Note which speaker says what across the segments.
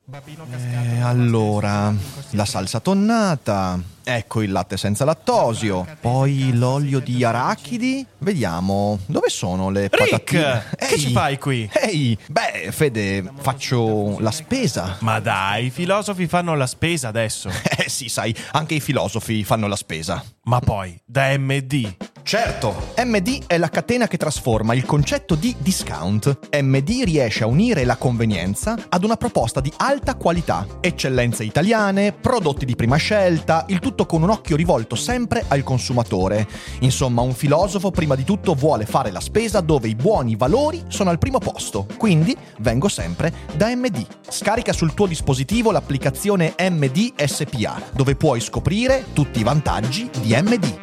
Speaker 1: Allora, la salsa tonnata, ecco il latte senza lattosio, poi l'olio di arachidi. Vediamo, dove sono le patatine?
Speaker 2: Rick, che ci fai qui?
Speaker 1: Ehi, beh, Fede, faccio la spesa.
Speaker 2: Ma dai, i filosofi fanno la spesa adesso.
Speaker 1: Sì, sai, anche i filosofi fanno la spesa.
Speaker 2: Ma poi, da MD.
Speaker 1: Certo, MD è la catena che trasforma il concetto di discount. MD riesce a unire la convenienza ad una proposta di alta qualità, eccellenze italiane, prodotti di prima scelta, il tutto con un occhio rivolto sempre al consumatore. Insomma, un filosofo prima di tutto vuole fare la spesa dove i buoni valori sono al primo posto. Quindi vengo sempre da MD. Scarica sul tuo dispositivo l'applicazione MD SPA, dove puoi scoprire tutti i vantaggi di MD.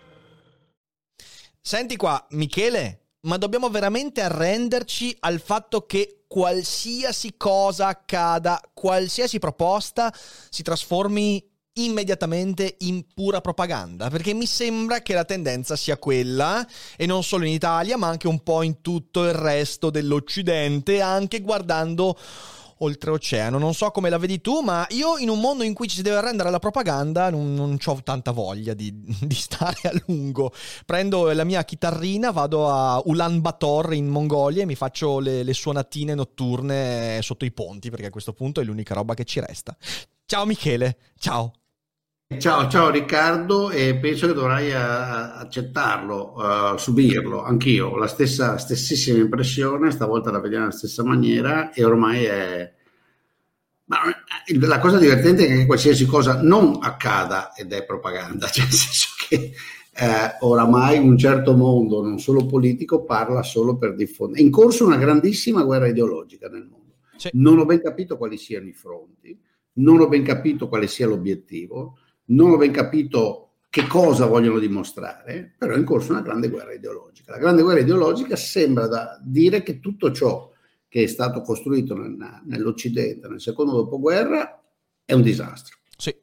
Speaker 3: Senti qua, Michele, ma dobbiamo veramente arrenderci al fatto che qualsiasi cosa accada, qualsiasi proposta si trasformi immediatamente in pura propaganda? Perché mi sembra che la tendenza sia quella, e non solo in Italia, ma anche un po' in tutto il resto dell'Occidente, anche guardando oltreoceano. Non so come la vedi tu, ma io in un mondo in cui ci si deve arrendere alla propaganda non ho tanta voglia di stare a lungo. Prendo la mia chitarrina, vado a Ulaanbaatar in Mongolia e mi faccio le suonatine notturne sotto i ponti, perché a questo punto è l'unica roba che ci resta. Ciao Michele, ciao.
Speaker 4: Ciao Riccardo, e penso che dovrai accettarlo, subirlo. Anch'io ho la stessissima impressione, stavolta la vediamo nella stessa maniera e ormai è... Ma la cosa divertente è che qualsiasi cosa non accada ed è propaganda, cioè nel senso che oramai un certo mondo, non solo politico, parla solo per diffondere. È in corso una grandissima guerra ideologica nel mondo.
Speaker 3: Sì.
Speaker 4: Non ho ben capito quali siano i fronti, non ho ben capito quale sia l'obiettivo, non ho ben capito che cosa vogliono dimostrare, però è in corso una grande guerra ideologica. La grande guerra ideologica sembra da dire che tutto ciò che è stato costruito nell'Occidente nel secondo dopoguerra è un disastro.
Speaker 3: Sì.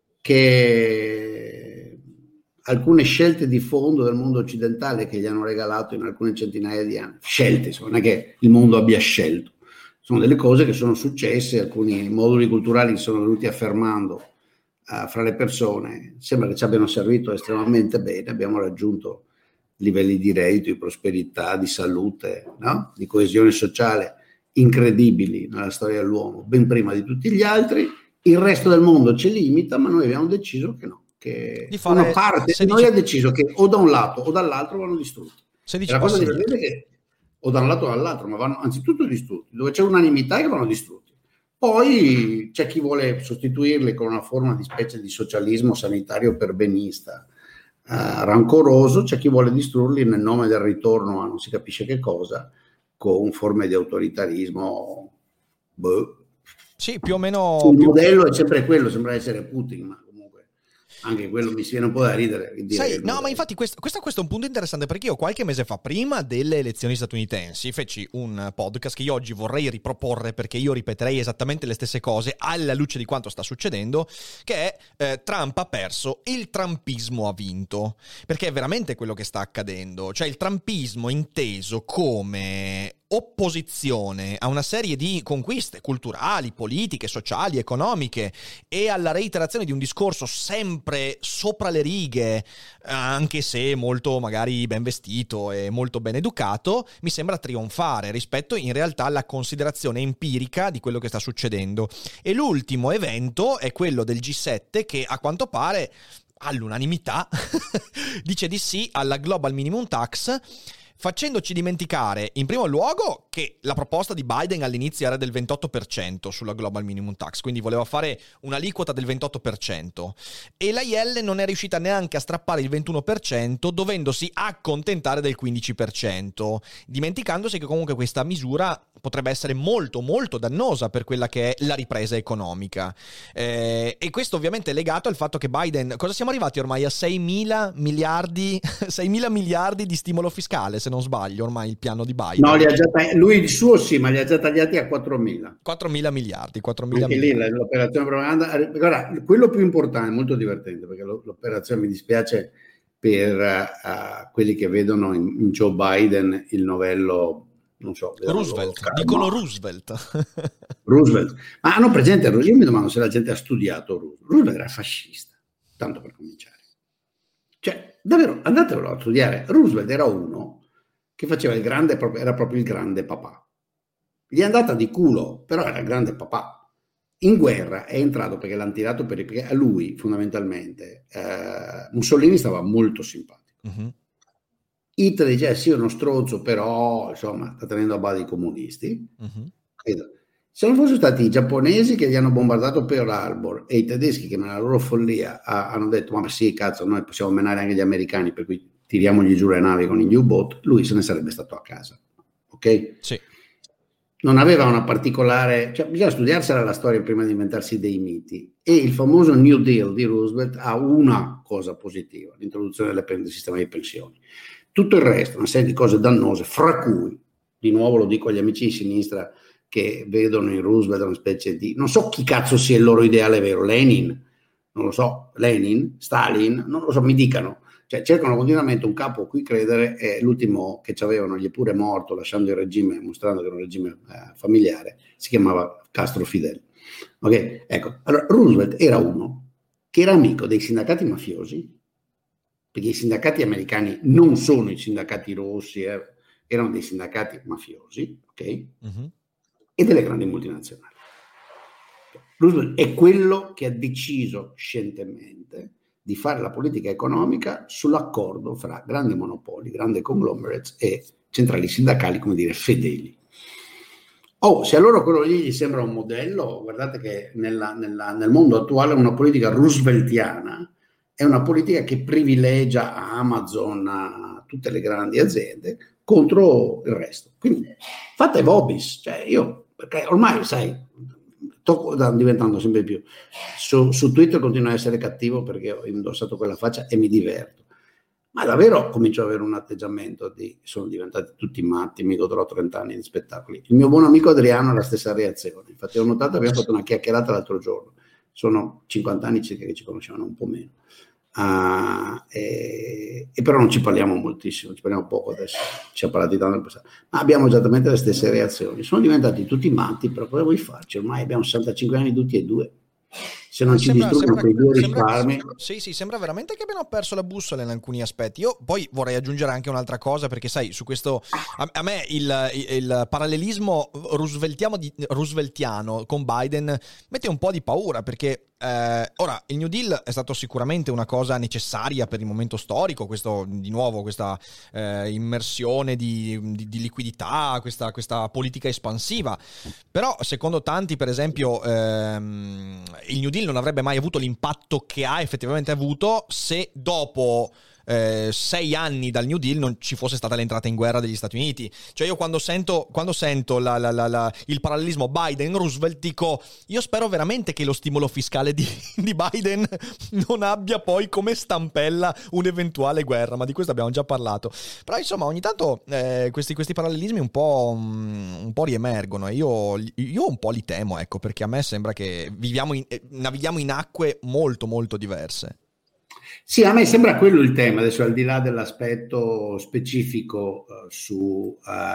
Speaker 4: Che alcune scelte di fondo del mondo occidentale che gli hanno regalato in alcune centinaia di anni, scelte, non è che il mondo abbia scelto, sono delle cose che sono successe, alcuni moduli culturali si sono venuti affermando fra le persone, sembra che ci abbiano servito estremamente bene, abbiamo raggiunto livelli di reddito, di prosperità, di salute, no? Di coesione sociale incredibili nella storia dell'uomo, ben prima di tutti gli altri. Il resto del mondo ci limita, ma noi abbiamo deciso che no, che una parte di noi ha deciso che o da un lato o dall'altro vanno distrutti. E la cosa divertente è che o da un lato o dall'altro, ma vanno anzitutto distrutti, dove c'è unanimità che vanno distrutti. Poi c'è chi vuole sostituirli con una forma di specie di socialismo sanitario perbenista, rancoroso, c'è chi vuole distrurli nel nome del ritorno a non si capisce che cosa, con forme di autoritarismo.
Speaker 3: Sì, più o meno.
Speaker 4: Il modello è sempre quello, sembra essere Putin, ma anche quello mi si viene un po' da ridere.
Speaker 3: Sai, no, ma infatti questo è un punto interessante, perché io qualche mese fa, prima delle elezioni statunitensi, feci un podcast che io oggi vorrei riproporre, perché io ripeterei esattamente le stesse cose alla luce di quanto sta succedendo, che è Trump ha perso, il trumpismo ha vinto, perché è veramente quello che sta accadendo. Cioè il trumpismo inteso come opposizione a una serie di conquiste culturali, politiche, sociali, economiche e alla reiterazione di un discorso sempre sopra le righe, anche se molto magari ben vestito e molto ben educato, mi sembra trionfare rispetto in realtà alla considerazione empirica di quello che sta succedendo. E l'ultimo evento è quello del G7, che a quanto pare all'unanimità dice di sì alla Global Minimum Tax, facendoci dimenticare in primo luogo che la proposta di Biden all'inizio era del 28% sulla Global Minimum Tax, quindi voleva fare un'aliquota del 28%, e la IL non è riuscita neanche a strappare il 21%, dovendosi accontentare del 15%, dimenticandosi che comunque questa misura potrebbe essere molto molto dannosa per quella che è la ripresa economica, e questo ovviamente è legato al fatto che Biden, cosa siamo arrivati ormai a 6.000 miliardi di stimolo fiscale, se non sbaglio, ormai il piano di Biden.
Speaker 4: No, lui il suo sì, ma li ha già tagliati a 4.000
Speaker 3: miliardi.
Speaker 4: Anche lì l'operazione propaganda. Guarda, quello più importante, molto divertente, perché l'operazione, mi dispiace per quelli che vedono in Joe Biden il novello, non so,
Speaker 3: Roosevelt, dicono Roosevelt.
Speaker 4: Roosevelt. Ma hanno presente, io mi domando se la gente ha studiato Roosevelt. Roosevelt era fascista, tanto per cominciare. Cioè, davvero, andatevelo a studiare. Roosevelt era uno che faceva era proprio il grande papà. Gli è andata di culo, però era il grande papà. In guerra è entrato perché l'hanno tirato perché a lui, fondamentalmente, Mussolini stava molto simpatico.
Speaker 3: Mhm.
Speaker 4: Hitler dice, sì, è uno stronzo, però, insomma, sta tenendo a bada i comunisti.
Speaker 3: Mhm.
Speaker 4: Se non fossero stati i giapponesi che gli hanno bombardato Pearl Harbor e i tedeschi che nella loro follia hanno detto ma sì, cazzo, noi possiamo menare anche gli americani, per cui tiriamogli giù le navi con gli U-boat, lui se ne sarebbe stato a casa. Ok?
Speaker 3: Sì.
Speaker 4: Non aveva una particolare, cioè bisogna studiarsela la storia prima di inventarsi dei miti, e il famoso New Deal di Roosevelt ha una cosa positiva, l'introduzione del sistema di pensioni. Tutto il resto, una serie di cose dannose, fra cui, di nuovo lo dico agli amici di sinistra che vedono in Roosevelt una specie di, non so chi cazzo sia il loro ideale vero, Lenin, non lo so, Lenin, Stalin, non lo so, mi dicano, cioè cercano continuamente un capo a cui credere, e l'ultimo che ci avevano gli è pure morto lasciando il regime, mostrando che era un regime familiare, si chiamava Castro Fidel. Ok, ecco, allora Roosevelt era uno che era amico dei sindacati mafiosi, perché i sindacati americani non sono i sindacati rossi, erano dei sindacati mafiosi, ok?
Speaker 3: Mhm.
Speaker 4: E delle grandi multinazionali. Roosevelt è quello che ha deciso scientemente di fare la politica economica sull'accordo fra grandi monopoli, grandi conglomerates e centrali sindacali, come dire, fedeli. Se allora quello lì gli sembra un modello, guardate che nel mondo attuale una politica rooseveltiana è una politica che privilegia Amazon, a tutte le grandi aziende, contro il resto. Quindi fate vobis, cioè perché ormai, sai, sto diventando sempre più. Su Twitter continuo a essere cattivo perché ho indossato quella faccia e mi diverto. Ma davvero comincio ad avere un atteggiamento sono diventati tutti matti, mi godrò 30 anni di spettacoli. Il mio buon amico Adriano ha la stessa reazione. Infatti ho notato, abbiamo fatto una chiacchierata l'altro giorno. Sono 50 anni circa che ci conoscevano, un po' meno. E però non ci parliamo moltissimo, ci parliamo poco adesso, ci ha parlato tanto in passato, ma abbiamo esattamente le stesse reazioni, sono diventati tutti matti, però cosa vuoi farci? Ormai abbiamo 65 anni tutti e due, se non ci distruggono quei due risparmi.
Speaker 3: Sì, sembra veramente che abbiamo perso la bussola in alcuni aspetti. Io poi vorrei aggiungere anche un'altra cosa, perché sai, su questo a me il parallelismo rooseveltiano con Biden mette un po' di paura, perché ora il New Deal è stato sicuramente una cosa necessaria per il momento storico, questo di nuovo, questa immersione di liquidità, questa politica espansiva, però secondo tanti, per esempio, il New Deal non avrebbe mai avuto l'impatto che ha effettivamente avuto se dopo 6 anni dal New Deal non ci fosse stata l'entrata in guerra degli Stati Uniti. Cioè io quando sento il parallelismo Biden-Roosevelt dico, io spero veramente che lo stimolo fiscale di Biden non abbia poi come stampella un'eventuale guerra, ma di questo abbiamo già parlato. Però insomma ogni tanto questi parallelismi un po' riemergono, e io un po' li temo, ecco, perché a me sembra che navighiamo in acque molto molto diverse.
Speaker 4: Sì, a me sembra quello il tema, adesso al di là dell'aspetto specifico su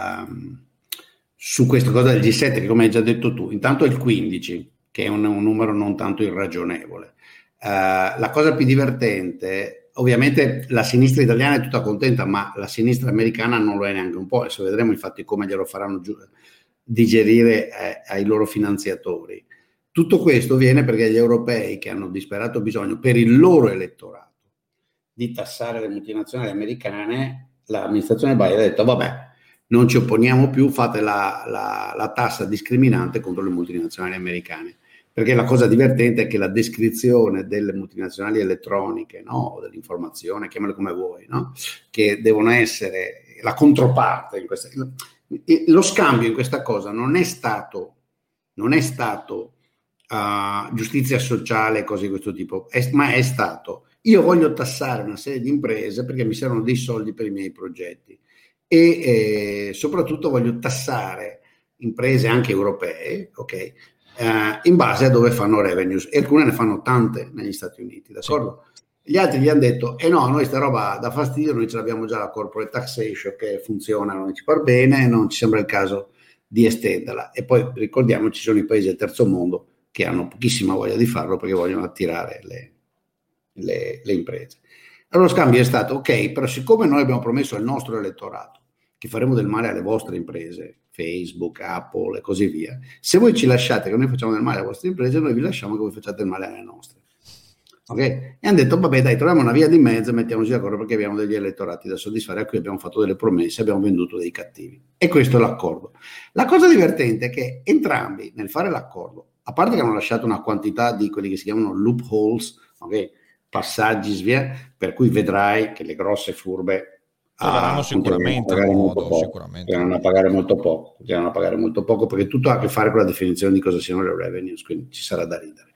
Speaker 4: questa cosa del G7, che come hai già detto tu, intanto è il 15, che è un numero non tanto irragionevole. La cosa più divertente, ovviamente la sinistra italiana è tutta contenta, ma la sinistra americana non lo è neanche un po', adesso vedremo infatti come glielo faranno digerire ai loro finanziatori. Tutto questo viene perché gli europei, che hanno disperato bisogno per il loro elettorato di tassare le multinazionali americane, l'amministrazione Biden ha detto vabbè, non ci opponiamo più, fate la tassa discriminante contro le multinazionali americane, perché la cosa divertente è che la descrizione delle multinazionali elettroniche, no, dell'informazione, chiamale come vuoi, no, che devono essere la controparte in questa, lo scambio in questa cosa non è stato giustizia sociale, cose di questo tipo, ma è stato: io voglio tassare una serie di imprese perché mi servono dei soldi per i miei progetti, e soprattutto voglio tassare imprese anche europee, ok, in base a dove fanno revenues, e alcune ne fanno tante negli Stati Uniti, d'accordo? Sì. Gli altri gli hanno detto no, noi sta roba dà fastidio, noi ce l'abbiamo già la corporate taxation che funziona, non ci par bene, non ci sembra il caso di estenderla. E poi ricordiamoci, ci sono i paesi del terzo mondo che hanno pochissima voglia di farlo perché vogliono attirare le imprese. Allora lo scambio è stato: ok, però siccome noi abbiamo promesso al nostro elettorato che faremo del male alle vostre imprese, Facebook, Apple e così via, se voi ci lasciate che noi facciamo del male alle vostre imprese, noi vi lasciamo che voi facciate del male alle nostre. Ok? E hanno detto: vabbè, dai, troviamo una via di mezzo e mettiamoci d'accordo perché abbiamo degli elettorati da soddisfare a cui abbiamo fatto delle promesse, abbiamo venduto dei cattivi. E questo è l'accordo. La cosa divertente è che entrambi, nel fare l'accordo, a parte che hanno lasciato una quantità di quelli che si chiamano loopholes, ok? Passaggi via, per cui vedrai che le grosse furbe
Speaker 3: troveranno sicuramente un modo,
Speaker 4: continuano a pagare molto poco, perché tutto ha a che fare con la definizione di cosa siano le revenues, quindi ci sarà da ridere.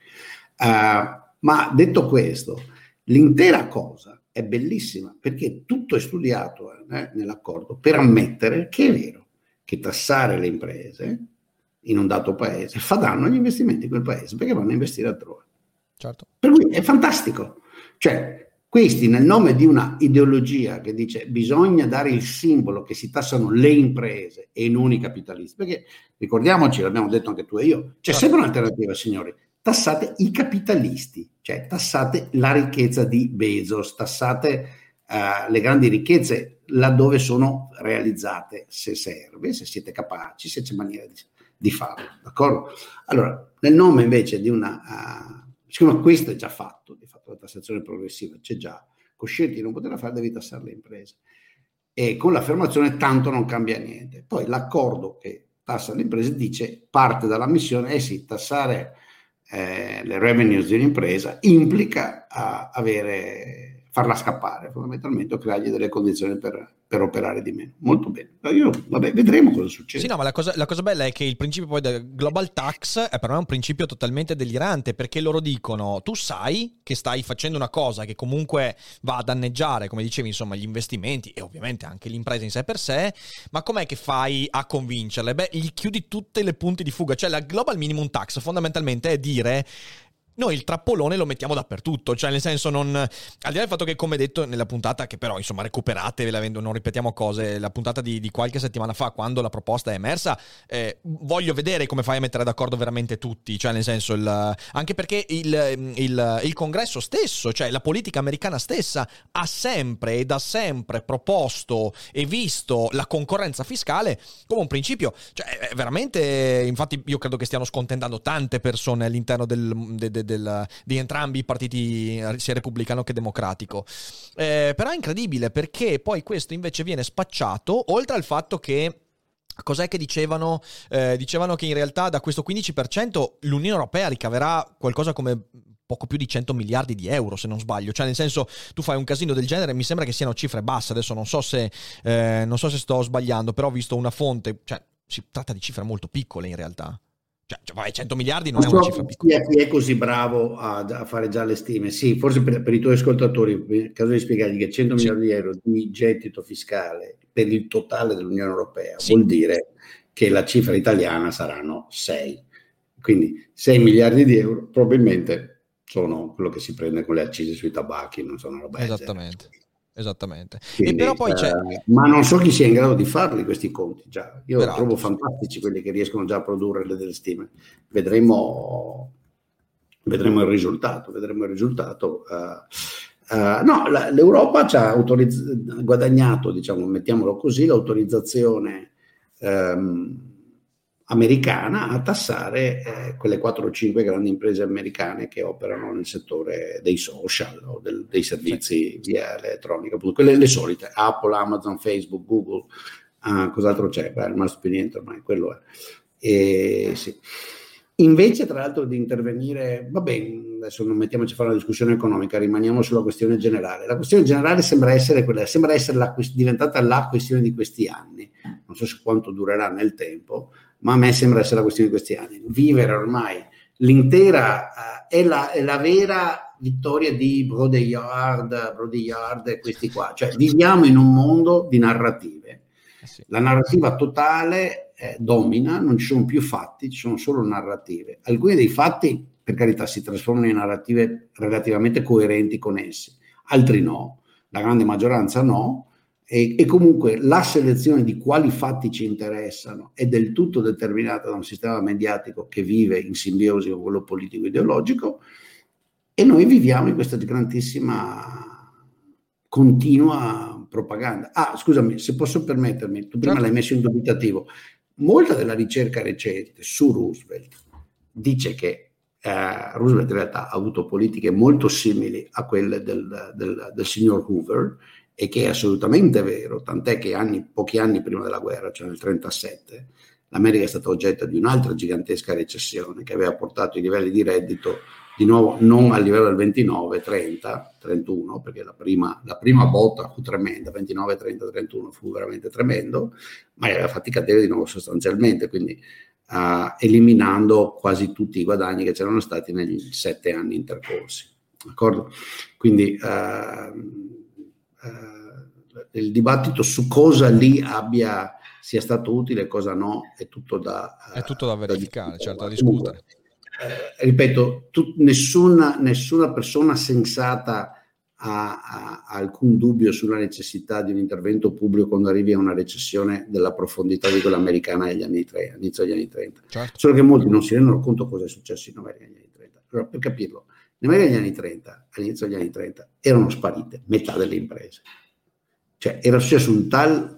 Speaker 4: Ma detto questo, l'intera cosa è bellissima perché tutto è studiato nell'accordo per ammettere che è vero che tassare le imprese in un dato paese fa danno agli investimenti in quel paese perché vanno a investire altrove.
Speaker 3: Certo.
Speaker 4: Per cui è fantastico. Cioè, questi nel nome di una ideologia che dice bisogna dare il simbolo che si tassano le imprese e non i capitalisti, perché ricordiamoci, l'abbiamo detto anche tu e io, c'è sempre un'alternativa, signori: tassate i capitalisti, cioè tassate la ricchezza di Bezos, tassate le grandi ricchezze laddove sono realizzate, se serve, se siete capaci, se c'è maniera di farlo, d'accordo? Allora, nel nome invece di una siccome questo è già fatto, di fatto la tassazione progressiva c'è già, coscienti di non poterla fare, devi tassare le imprese. E con l'affermazione tanto non cambia niente. Poi l'accordo che tassa le imprese dice, parte dalla missione, sì, tassare le revenues di un'impresa implica farla scappare fondamentalmente, o creargli delle condizioni per operare di meno. Molto bene. Vabbè, vedremo cosa succede.
Speaker 3: Sì, no, ma la cosa bella è che il principio poi del global tax è per me un principio totalmente delirante, perché loro dicono: tu sai che stai facendo una cosa che comunque va a danneggiare, come dicevi, insomma, gli investimenti e ovviamente anche l'impresa in sé per sé, ma com'è che fai a convincerle? Beh, gli chiudi tutte le punti di fuga. Cioè la global minimum tax fondamentalmente è dire: noi il trappolone lo mettiamo dappertutto, cioè nel senso, non, al di là del fatto che, come detto nella puntata, che però insomma recuperatevela, non ripetiamo cose, la puntata di qualche settimana fa, quando la proposta è emersa, voglio vedere come fai a mettere d'accordo veramente tutti, cioè nel senso, anche perché il congresso stesso, cioè la politica americana stessa, ha sempre e da sempre proposto e visto la concorrenza fiscale come un principio, cioè veramente, infatti io credo che stiano scontentando tante persone all'interno di entrambi i partiti, sia repubblicano che democratico, però è incredibile perché poi questo invece viene spacciato, oltre al fatto che cos'è che dicevano? Dicevano che in realtà da questo 15% l'Unione Europea ricaverà qualcosa come poco più di 100 miliardi di euro, se non sbaglio. Cioè nel senso, tu fai un casino del genere, mi sembra che siano cifre basse, adesso non so se sto sbagliando, però ho visto una fonte, cioè si tratta di cifre molto piccole in realtà. Cioè, 100 miliardi non è una cifra piccola.
Speaker 4: Chi è così bravo a fare già le stime? Sì, forse per i tuoi ascoltatori, nel caso di spiegargli che 100 miliardi di euro di gettito fiscale per il totale dell'Unione Europea vuol dire che la cifra italiana saranno 6. Quindi 6 miliardi di euro probabilmente sono quello che si prende con le accise sui tabacchi, non sono roba.
Speaker 3: Esattamente.
Speaker 4: Quindi,
Speaker 3: e però poi c'è...
Speaker 4: ma non so chi sia in grado di farli questi conti già. Io
Speaker 3: Peraltro,
Speaker 4: trovo fantastici quelli che riescono già a produrre delle stime. Vedremo il risultato. L'Europa ci ha guadagnato, diciamo, mettiamolo così, l'autorizzazione americana a tassare quelle 4 o 5 grandi imprese americane che operano nel settore dei social o dei servizi via elettronica, quelle le solite: Apple, Amazon, Facebook, Google, cos'altro c'è? Beh, non è rimasto più niente ormai, quello è. Sì. Invece, tra l'altro, di intervenire, vabbè, adesso non mettiamoci a fare una discussione economica, rimaniamo sulla questione generale. La questione generale sembra essere diventata la questione di questi anni. Non so quanto durerà nel tempo, ma a me sembra essere la questione di questi anni. Vivere ormai l'intera è la vera vittoria di Baudrillard e questi qua. Cioè, viviamo in un mondo di narrative. Sì. La narrativa totale domina, non ci sono più fatti, ci sono solo narrative. Alcuni dei fatti, per carità, si trasformano in narrative relativamente coerenti con essi, altri no, la grande maggioranza no, E comunque la selezione di quali fatti ci interessano è del tutto determinata da un sistema mediatico che vive in simbiosi con quello politico-ideologico, e noi viviamo in questa grandissima continua propaganda. Scusami, se posso permettermi, tu prima l'hai messo in dubitativo. Molta della ricerca recente su Roosevelt dice che Roosevelt in realtà ha avuto politiche molto simili a quelle del signor Hoover, e che è assolutamente vero, tant'è che pochi anni prima della guerra, cioè nel 1937, l'America è stata oggetto di un'altra gigantesca recessione che aveva portato i livelli di reddito di nuovo non al livello del 29, 30, 31, perché la prima botta fu tremenda, 29, 30, 31 fu veramente tremendo, ma li aveva fatti cadere di nuovo sostanzialmente, quindi eliminando quasi tutti i guadagni che c'erano stati negli 7 anni intercorsi. D'accordo? Quindi il dibattito su cosa lì sia stato utile e cosa no è tutto da
Speaker 3: verificare, certo, da discutere.
Speaker 4: Ripeto, nessuna persona sensata ha alcun dubbio sulla necessità di un intervento pubblico quando arrivi a una recessione della profondità di quella americana negli anni 30, inizio degli anni 30. Certo. Solo che molti non si rendono conto cosa è successo in America negli anni 30. Allora, per capirlo, in America negli anni 30, all'inizio degli anni 30, erano sparite metà delle imprese. Cioè, era successo un tal...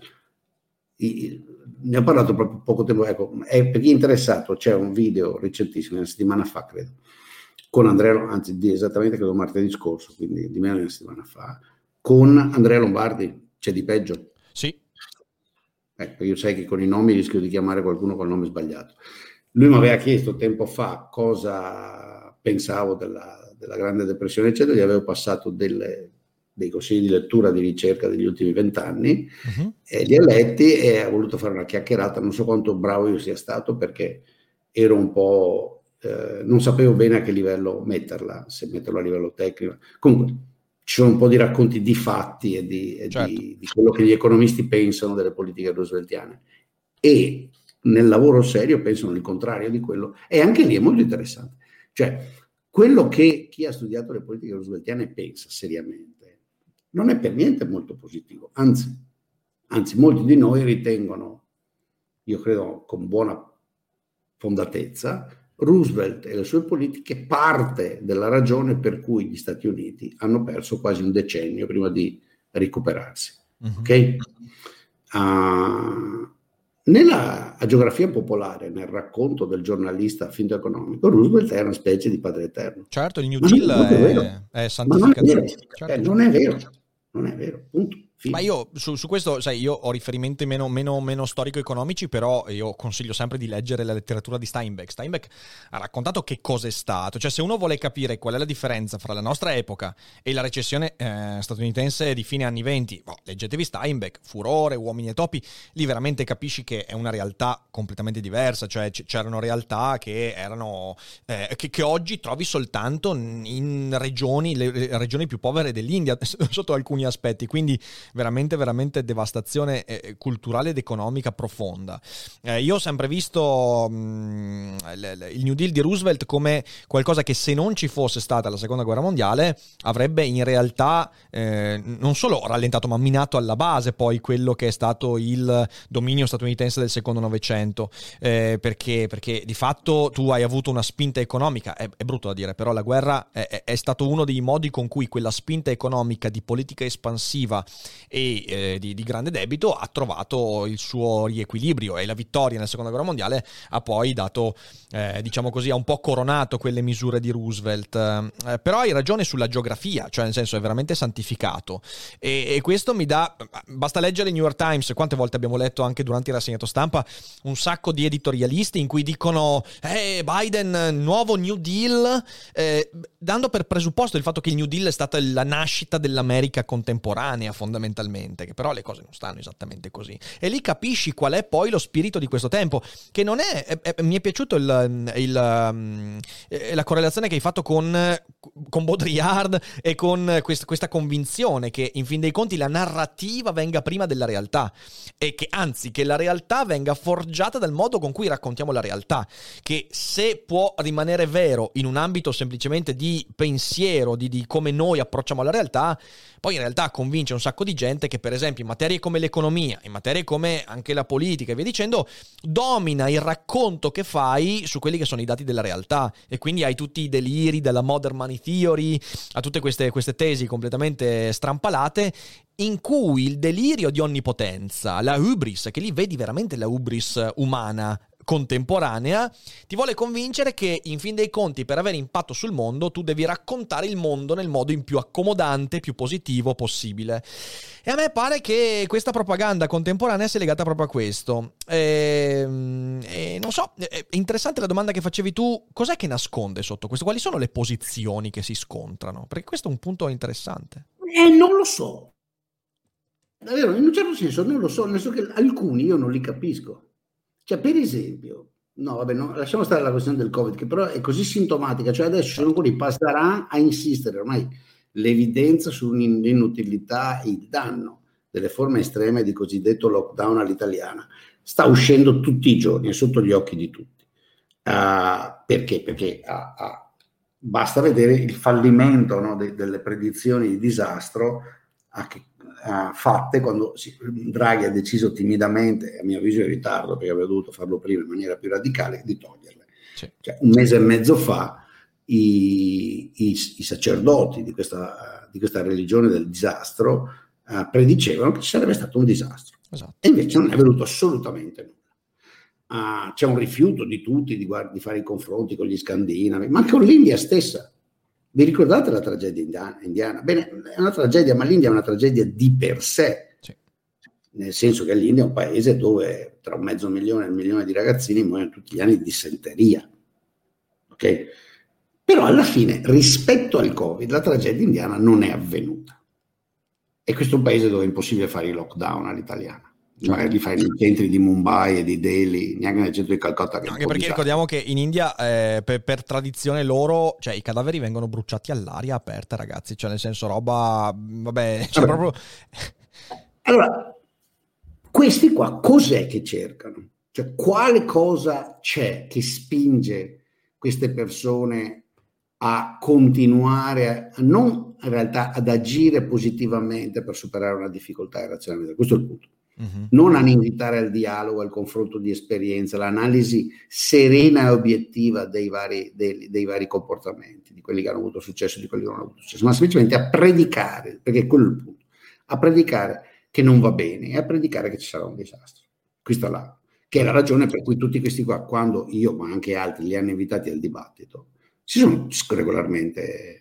Speaker 4: Ne ho parlato proprio poco tempo, ecco, per chi è interessato c'è un video recentissimo, una settimana fa credo, con Andrea, anzi esattamente credo martedì scorso, quindi di meno di una settimana fa, con Andrea Lombardi. C'è di peggio?
Speaker 3: Sì.
Speaker 4: Ecco, io sai che con i nomi rischio di chiamare qualcuno col nome sbagliato. Lui mi aveva chiesto tempo fa cosa pensavo della Grande Depressione, eccetera, gli avevo passato dei consigli di lettura, di ricerca degli ultimi 20 anni, e li ha letti e ha voluto fare una chiacchierata. Non so quanto bravo io sia stato, perché ero un po'... non sapevo bene a che livello metterla, se metterlo a livello tecnico. Comunque ci sono un po' di racconti di fatti e di quello che gli economisti pensano delle politiche rooseveltiane, e nel lavoro serio pensano il contrario di quello, e anche lì è molto interessante. Cioè, quello che chi ha studiato le politiche rooseveltiane pensa seriamente non è per niente molto positivo, anzi molti di noi ritengono, io credo con buona fondatezza, Roosevelt e le sue politiche parte della ragione per cui gli Stati Uniti hanno perso quasi un decennio prima di recuperarsi. Ok? Nella geografia popolare, nel racconto del giornalista finto economico, Roosevelt è una specie di padre eterno.
Speaker 3: Certo, il New Deal è santificato.
Speaker 4: Certo. Non è vero, punto.
Speaker 3: Ma io su questo, sai, io ho riferimenti meno storico-economici, però io consiglio sempre di leggere la letteratura di Steinbeck. Steinbeck ha raccontato che cosa è stato, cioè se uno vuole capire qual è la differenza fra la nostra epoca e la recessione statunitense di fine anni 20, leggetevi Steinbeck, Furore, Uomini e Topi, lì veramente capisci che è una realtà completamente diversa, cioè c'erano realtà che erano che oggi trovi soltanto in regioni, le regioni più povere dell'India sotto alcuni aspetti, quindi veramente devastazione culturale ed economica profonda. Io ho sempre visto il New Deal di Roosevelt come qualcosa che, se non ci fosse stata la seconda guerra mondiale, avrebbe in realtà non solo rallentato ma minato alla base poi quello che è stato il dominio statunitense del secondo Novecento, perché di fatto tu hai avuto una spinta economica, è brutto da dire, però la guerra è stato uno dei modi con cui quella spinta economica di politica espansiva e di grande debito ha trovato il suo riequilibrio, e la vittoria nella seconda guerra mondiale ha poi dato, diciamo così, ha un po' coronato quelle misure di Roosevelt. Però hai ragione sulla geografia, cioè nel senso è veramente santificato, e questo mi dà, basta leggere il New York Times, quante volte abbiamo letto anche durante il rassegnato stampa un sacco di editorialisti in cui dicono Biden, nuovo New Deal, dando per presupposto il fatto che il New Deal è stata la nascita dell'America contemporanea fondamentalmente, che però le cose non stanno esattamente così, e lì capisci qual è poi lo spirito di questo tempo, che non mi è piaciuto la correlazione che hai fatto con Baudrillard e con questa convinzione che in fin dei conti la narrativa venga prima della realtà, e che anzi che la realtà venga forgiata dal modo con cui raccontiamo la realtà, che se può rimanere vero in un ambito semplicemente di pensiero, di come noi approcciamo la realtà, poi in realtà convince un sacco di di gente che, per esempio, in materie come l'economia, in materie come anche la politica e via dicendo, domina il racconto che fai su quelli che sono i dati della realtà, e quindi hai tutti i deliri della modern money theory, a tutte queste tesi completamente strampalate, in cui il delirio di onnipotenza, la hubris, che lì vedi veramente la hubris umana contemporanea, ti vuole convincere che in fin dei conti, per avere impatto sul mondo, tu devi raccontare il mondo nel modo in più accomodante, più positivo possibile. E a me pare che questa propaganda contemporanea sia legata proprio a questo. Non so, è interessante la domanda che facevi tu: cos'è che nasconde sotto questo? Quali sono le posizioni che si scontrano? Perché questo è un punto interessante.
Speaker 4: Non lo so. Davvero, in un certo senso non lo so, nel senso che alcuni io non li capisco. Cioè, per esempio, lasciamo stare la questione del Covid, che però è così sintomatica, cioè adesso sono quelli passerà a insistere, ormai l'evidenza sull'inutilità e il danno delle forme estreme di cosiddetto lockdown all'italiana sta uscendo tutti i giorni, è sotto gli occhi di tutti. Perché? Perché basta vedere il fallimento, no, delle predizioni di disastro fatte quando Draghi ha deciso timidamente, a mio avviso in ritardo perché aveva dovuto farlo prima in maniera più radicale, di toglierle. Sì. Cioè, un mese e mezzo fa i sacerdoti di questa religione del disastro predicevano che ci sarebbe stato un disastro. Esatto. E invece non è venuto assolutamente nulla. C'è un rifiuto di tutti di fare i confronti con gli scandinavi, ma con l'India stessa. Vi ricordate la tragedia indiana? Bene, è una tragedia, ma l'India è una tragedia di per sé, sì. Nel senso che l'India è un paese dove tra 500.000 e 1 milione di ragazzini muoiono tutti gli anni di dissenteria. Ok? Però alla fine, rispetto al Covid, la tragedia indiana non è avvenuta. E questo è un paese dove è impossibile fare i lockdown all'italiana. Magari li fai nei centri di Mumbai e di Delhi, neanche nel centro di Calcutta.
Speaker 3: Anche perché ricordiamo che in India, per tradizione loro, cioè i cadaveri vengono bruciati all'aria aperta, ragazzi. Cioè, nel senso, roba. Vabbè, cioè proprio.
Speaker 4: Allora, questi qua cos'è che cercano? Cioè, quale cosa c'è che spinge queste persone a continuare non in realtà ad agire positivamente per superare una difficoltà irrazionale? Questo è il punto. Non a invitare al dialogo, al confronto di esperienza, l'analisi serena e obiettiva dei vari comportamenti, di quelli che hanno avuto successo e di quelli che non hanno avuto successo, ma semplicemente a predicare, perché è quello il punto, a predicare che non va bene e a predicare che ci sarà un disastro. Questa là, che è la ragione per cui tutti questi qua, quando io ma anche altri li hanno invitati al dibattito, si sono regolarmente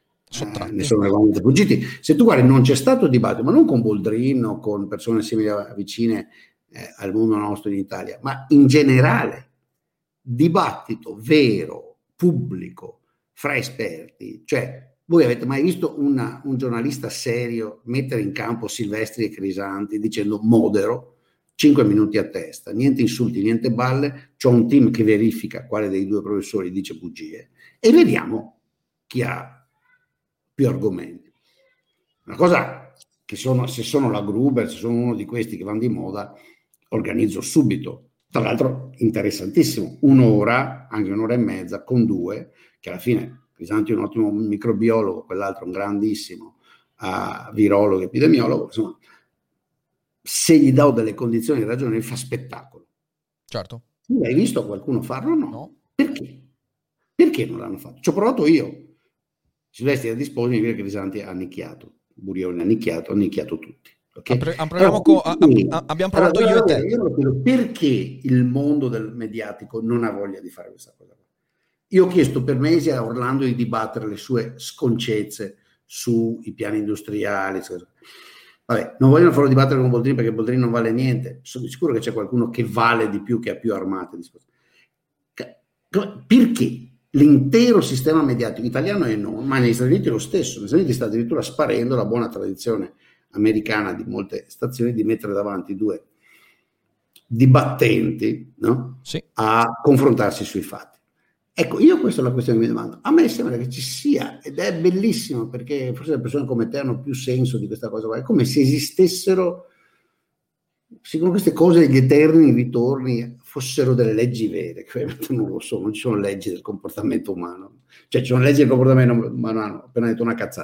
Speaker 4: ne sono regolarmente fuggiti. Se tu guardi, non c'è stato dibattito, ma non con Boldrin o con persone simili vicine al mondo nostro in Italia, ma in generale dibattito vero, pubblico, fra esperti. Cioè, voi avete mai visto un giornalista serio mettere in campo Silvestri e Crisanti dicendo modero, 5 minuti a testa, niente insulti, niente balle, c'ho un team che verifica quale dei due professori dice bugie e vediamo chi ha più argomenti. Una cosa che se sono la Gruber, se sono uno di questi che vanno di moda, organizzo subito. Tra l'altro interessantissimo, un'ora, anche un'ora e mezza, con due, che alla fine Crisanti è un ottimo microbiologo, quell'altro un grandissimo virologo, epidemiologo, insomma, se gli do delle condizioni ragionevoli fa spettacolo.
Speaker 3: Certo.
Speaker 4: Hai visto qualcuno farlo?
Speaker 3: No.
Speaker 4: Perché? Perché non l'hanno fatto? Ci ho provato io. Silvestri era disposto di dire che Crisanti ha annicchiato, Burioni ha annicchiato tutti. Okay?
Speaker 3: Abbiamo provato io e te.
Speaker 4: Io lo chiedo, perché il mondo del mediatico non ha voglia di fare questa cosa? Io ho chiesto per mesi a Orlando di dibattere le sue sconcezze sui piani industriali. Vabbè, non vogliono farlo dibattere con Boldrini perché Boldrini non vale niente. Sono sicuro che c'è qualcuno che vale di più, che ha più armate. Perché? L'intero sistema mediatico italiano e non, ma negli Stati Uniti è lo stesso. Negli Stati Uniti sta addirittura sparendo la buona tradizione americana di molte stazioni di mettere davanti due dibattenti, no?
Speaker 3: Sì.
Speaker 4: A confrontarsi sui fatti. Ecco, io questa è la questione che mi domando. A me sembra che ci sia, ed è bellissimo, perché forse le persone come te hanno più senso di questa cosa, è come se esistessero, siccome queste cose, gli eterni ritorni fossero delle leggi vere, che non lo so, non ci sono leggi del comportamento umano, cioè ci sono leggi del comportamento umano, ho appena detto una cazzata,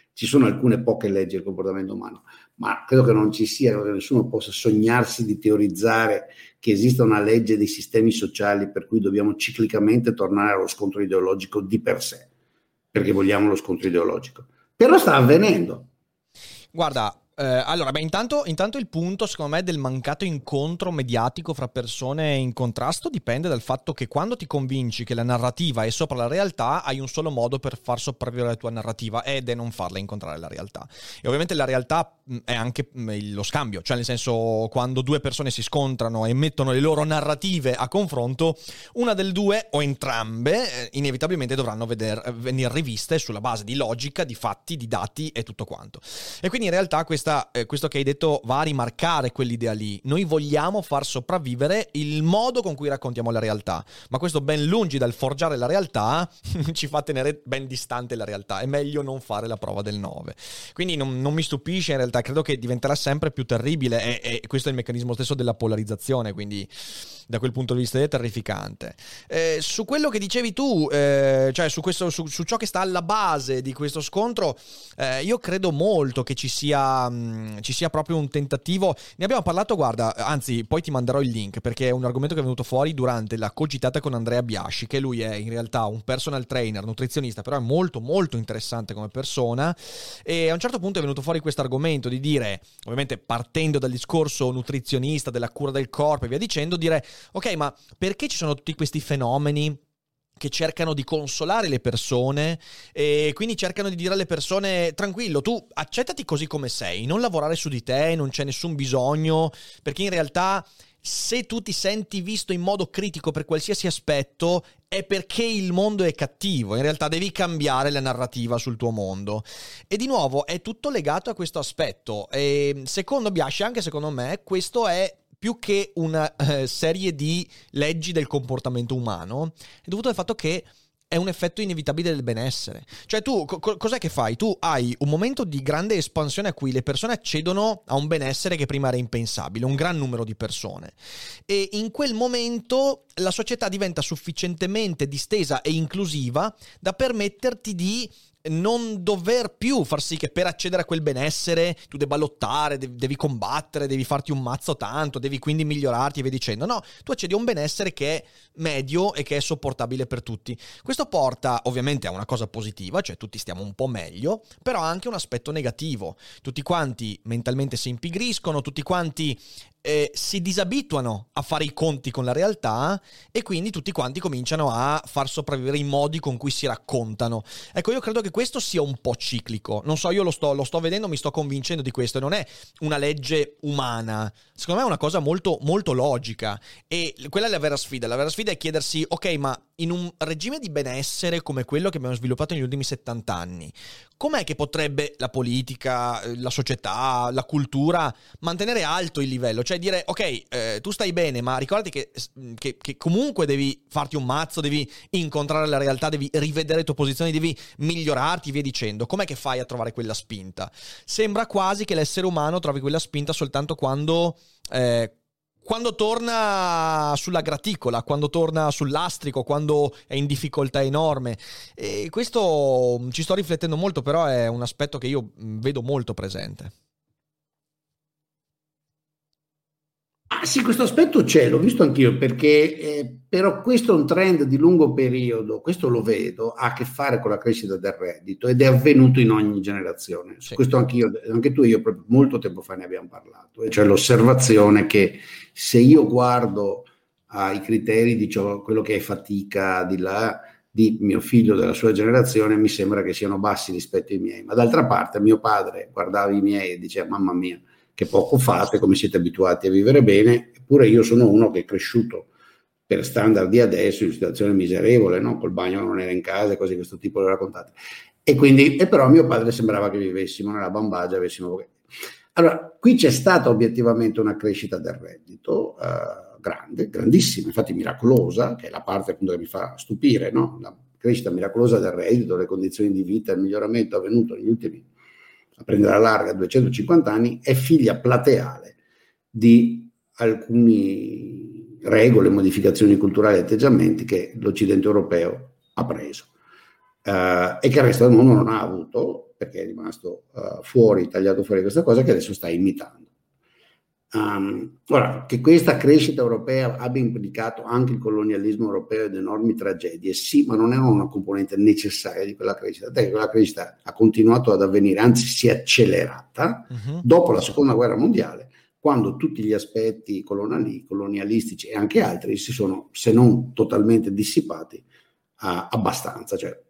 Speaker 4: ci sono alcune poche leggi del comportamento umano, ma credo che non ci sia, credo che nessuno possa sognarsi di teorizzare che esista una legge dei sistemi sociali per cui dobbiamo ciclicamente tornare allo scontro ideologico di per sé, perché vogliamo lo scontro ideologico. Però sta avvenendo.
Speaker 3: Guarda, allora, intanto il punto, secondo me, del mancato incontro mediatico fra persone in contrasto dipende dal fatto che quando ti convinci che la narrativa è sopra la realtà, hai un solo modo per far sopravvivere la tua narrativa, ed è non farla incontrare la realtà. E ovviamente la realtà è anche lo scambio, cioè nel senso, quando due persone si scontrano e mettono le loro narrative a confronto, una delle due o entrambe inevitabilmente dovranno venire riviste sulla base di logica, di fatti, di dati e tutto quanto. E quindi in realtà questo che hai detto va a rimarcare quell'idea lì. Noi vogliamo far sopravvivere il modo con cui raccontiamo la realtà, ma questo, ben lungi dal forgiare la realtà, ci fa tenere ben distante la realtà. È meglio non fare la prova del 9. Quindi non mi stupisce, in realtà credo che diventerà sempre più terribile, e questo è il meccanismo stesso della polarizzazione, quindi da quel punto di vista è terrificante. Su quello che dicevi tu, cioè su ciò che sta alla base di questo scontro, io credo molto che ci sia proprio un tentativo. Ne abbiamo parlato, guarda, anzi poi ti manderò il link, perché è un argomento che è venuto fuori durante la cogitata con Andrea Biasci, che lui è in realtà un personal trainer, nutrizionista, però è molto molto interessante come persona, e a un certo punto è venuto fuori questo argomento di dire, ovviamente partendo dal discorso nutrizionista, della cura del corpo e via dicendo, dire ok, ma perché ci sono tutti questi fenomeni che cercano di consolare le persone e quindi cercano di dire alle persone: tranquillo, tu accettati così come sei, non lavorare su di te, non c'è nessun bisogno, perché in realtà se tu ti senti visto in modo critico per qualsiasi aspetto è perché il mondo è cattivo, in realtà devi cambiare la narrativa sul tuo mondo. E di nuovo è tutto legato a questo aspetto, e secondo Biasci, anche secondo me, questo è più che una serie di leggi del comportamento umano, è dovuto al fatto che è un effetto inevitabile del benessere. Cioè tu, cos'è che fai? Tu hai un momento di grande espansione a cui le persone accedono a un benessere che prima era impensabile, un gran numero di persone. E in quel momento la società diventa sufficientemente distesa e inclusiva da permetterti di non dover più far sì che per accedere a quel benessere tu debba lottare, devi combattere, devi farti un mazzo tanto, devi quindi migliorarti e via dicendo. No, tu accedi a un benessere che è medio e che è sopportabile per tutti. Questo porta ovviamente a una cosa positiva, cioè tutti stiamo un po' meglio, però ha anche un aspetto negativo. Tutti quanti mentalmente si impigriscono, tutti quanti si disabituano a fare i conti con la realtà, e quindi tutti quanti cominciano a far sopravvivere i modi con cui si raccontano. Ecco, io credo che questo sia un po' ciclico. Non so, io lo sto vedendo, mi sto convincendo di questo. Non è una legge umana, secondo me è una cosa molto, molto logica, e quella è la vera sfida. La vera sfida è chiedersi: ok, ma in un regime di benessere come quello che abbiamo sviluppato negli ultimi 70 anni, com'è che potrebbe la politica, la società, la cultura mantenere alto il livello? Cioè dire, ok, tu stai bene, ma ricordati che comunque devi farti un mazzo, devi incontrare la realtà, devi rivedere le tue posizioni, devi migliorarti, via dicendo. Com'è che fai a trovare quella spinta? Sembra quasi che l'essere umano trovi quella spinta soltanto quando torna sulla graticola, quando torna sul lastrico, quando è in difficoltà enorme. E questo ci sto riflettendo molto, però è un aspetto che io vedo molto presente.
Speaker 4: Ah, sì, questo aspetto c'è, l'ho visto anch'io, perché però questo è un trend di lungo periodo, questo lo vedo, ha a che fare con la crescita del reddito ed è avvenuto in ogni generazione. Su questo anch'io, anche tu e io proprio molto tempo fa ne abbiamo parlato, cioè l'osservazione che se io guardo ai criteri di quello che è fatica di là di mio figlio della sua generazione, mi sembra che siano bassi rispetto ai miei, ma d'altra parte mio padre guardava i miei e diceva: mamma mia, che poco fate, come siete abituati a vivere bene. Eppure io sono uno che è cresciuto per standard di adesso in situazione miserevole, no? Col bagno non era in casa, cose di questo tipo le raccontate. E quindi, però a mio padre sembrava che vivessimo nella bambagia, avessimo... Allora, qui c'è stata obiettivamente una crescita del reddito grande, grandissima, infatti miracolosa, che è la parte appunto che mi fa stupire, no? La crescita miracolosa del reddito, le condizioni di vita, il miglioramento avvenuto negli ultimi, a prendere la larga, 250 anni, è figlia plateale di alcune regole, modificazioni culturali e atteggiamenti che l'Occidente europeo ha preso e che il resto del mondo non ha avuto, perché è rimasto tagliato fuori questa cosa, che adesso sta imitando. Ora, che questa crescita europea abbia implicato anche il colonialismo europeo ed enormi tragedie, sì, ma non era una componente necessaria di quella crescita. Quella crescita ha continuato ad avvenire, anzi si è accelerata dopo la seconda guerra mondiale, quando tutti gli aspetti colonialistici e anche altri si sono, se non totalmente dissipati, abbastanza. Cioè,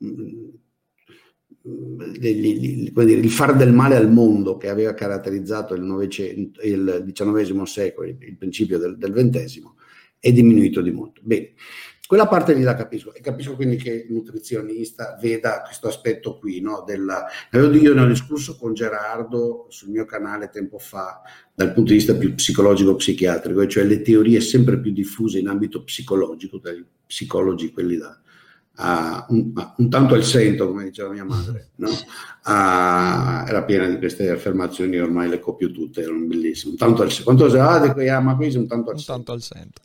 Speaker 4: il far del male al mondo che aveva caratterizzato il XIX secolo, il principio del XX, è diminuito di molto. Bene, quella parte lì la capisco, e capisco quindi che il nutrizionista veda questo aspetto qui, no? Io ne ho discusso con Gerardo sul mio canale tempo fa dal punto di vista più psicologico-psichiatrico, cioè le teorie sempre più diffuse in ambito psicologico, dai psicologi quelli un tanto al cento, come diceva mia madre, no? Era piena di queste affermazioni, ormai le copio tutte, erano bellissime. Un tanto al cento. Quanto ma qui un tanto al cento.
Speaker 3: Un tanto al cento.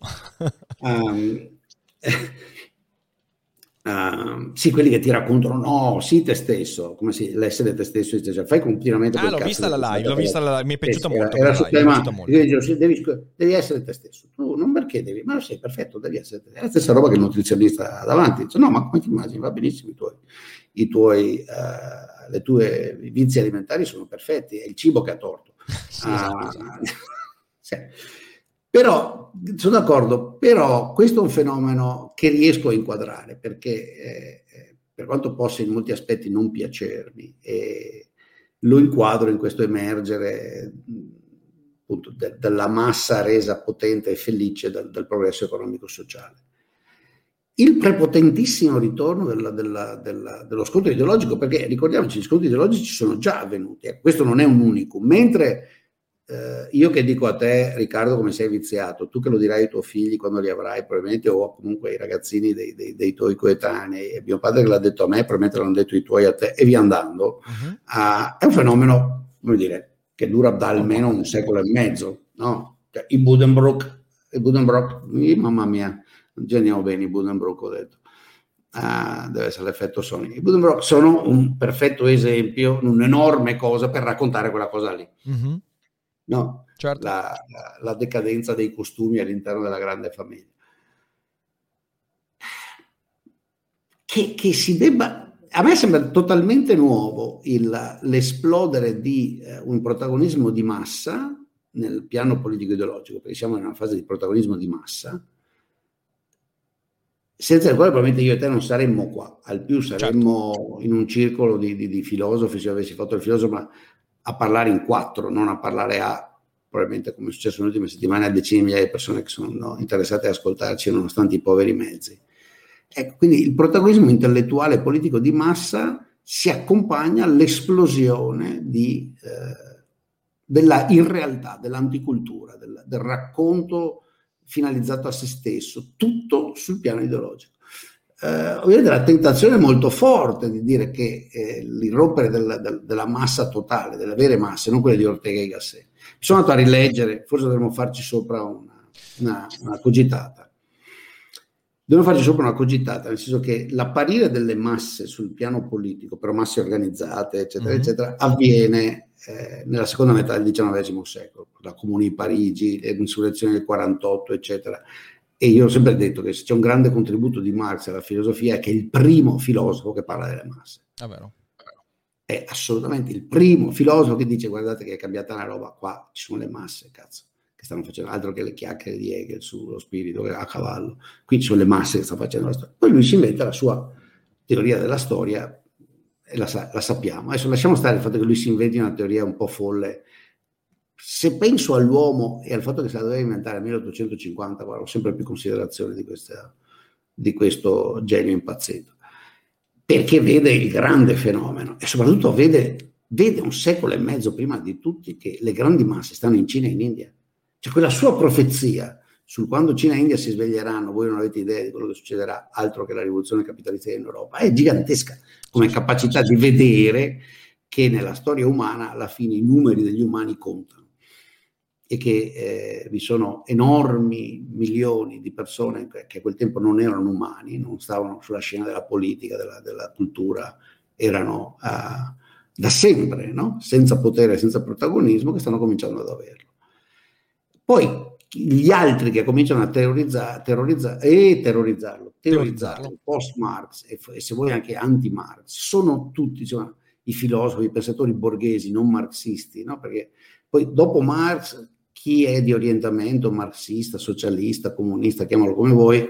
Speaker 4: Sì, quelli che ti raccontano, no, sii te stesso, come se l'essere te stesso, cioè, fai continuamente quel
Speaker 3: l'ho
Speaker 4: cazzo
Speaker 3: vista la live, mi è piaciuta molto.
Speaker 4: Era sul tema, devi essere te stesso, tu non perché devi, ma sei perfetto, devi essere te stesso. È la stessa roba che il nutrizionista davanti dice, no, ma come ti immagini, va benissimo, le tue vizi alimentari sono perfetti, è il cibo che ha torto. Sì. Però sono d'accordo, però questo è un fenomeno che riesco a inquadrare, perché per quanto possa in molti aspetti non piacermi, lo inquadro in questo emergere appunto della massa resa potente e felice dal progresso economico-sociale. Il prepotentissimo ritorno dello scontro ideologico, perché ricordiamoci, gli scontri ideologici sono già avvenuti, questo non è un unicum, mentre io che dico a te, Riccardo, come sei viziato, tu che lo dirai ai tuoi figli quando li avrai, probabilmente, o comunque ai ragazzini dei tuoi coetanei, e mio padre che l'ha detto a me, probabilmente l'hanno detto i tuoi a te, e via andando, è un fenomeno, come dire, che dura da almeno un secolo e mezzo, no? Cioè, i Buddenbrook, mamma mia, non geniamo bene i Buddenbrook, ho detto. Deve essere l'effetto Sony. I Buddenbrook sono un perfetto esempio, un'enorme cosa per raccontare quella cosa lì. No, certo. La decadenza dei costumi all'interno della grande famiglia. Che si debba, a me sembra totalmente nuovo l'esplodere di un protagonismo di massa nel piano politico ideologico, perché siamo in una fase di protagonismo di massa, senza il quale probabilmente io e te non saremmo qua, al più saremmo in un circolo di filosofi, se avessi fatto il filosofo, ma a parlare in quattro, non a parlare probabilmente, come è successo nelle ultime settimane, a decine di migliaia di persone che sono interessate ad ascoltarci nonostante i poveri mezzi. Ecco, quindi il protagonismo intellettuale e politico di massa si accompagna all'esplosione della irrealtà, dell'anticultura, del racconto finalizzato a se stesso, tutto sul piano ideologico. Ovviamente la tentazione è molto forte di dire che l'irrompere della massa totale, delle vere masse, non quelle di Ortega e Gasset. Mi sono andato a rileggere, forse dovremmo farci sopra una cogitata. Nel senso che l'apparire delle masse sul piano politico, però masse organizzate, eccetera, eccetera, avviene nella seconda metà del XIX secolo, la Comune di Parigi, le insurrezioni del 48, eccetera. E io ho sempre detto che se c'è un grande contributo di Marx alla filosofia è che è il primo filosofo che parla delle masse. È assolutamente il primo filosofo che dice: guardate che è cambiata la roba, qua ci sono le masse, cazzo, che stanno facendo altro che le chiacchiere di Hegel sullo spirito a cavallo. Qui ci sono le masse che stanno facendo la storia. Poi lui si inventa la sua teoria della storia e la sappiamo. Adesso lasciamo stare il fatto che lui si inventi una teoria un po' folle. Se penso all'uomo e al fatto che se la doveva inventare nel 1850, guarda, ho sempre più considerazione di questo genio impazzito, perché vede il grande fenomeno e soprattutto vede un secolo e mezzo prima di tutti che le grandi masse stanno in Cina e in India. Cioè quella sua profezia sul quando Cina e India si sveglieranno, voi non avete idea di quello che succederà, altro che la rivoluzione capitalista in Europa, è gigantesca come capacità di vedere che nella storia umana alla fine i numeri degli umani contano e che vi sono enormi milioni di persone che a quel tempo non erano umani, non stavano sulla scena della politica, della cultura, erano da sempre, no? Senza potere, senza protagonismo, che stanno cominciando ad averlo. Poi gli altri che cominciano a terrorizzarlo, post-Marx e se vuoi anche anti-Marx, sono tutti, insomma, i filosofi, i pensatori borghesi non marxisti, no? Perché poi dopo Marx chi è di orientamento marxista, socialista, comunista, chiamalo come vuoi,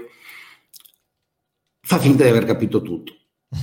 Speaker 4: fa finta di aver capito tutto.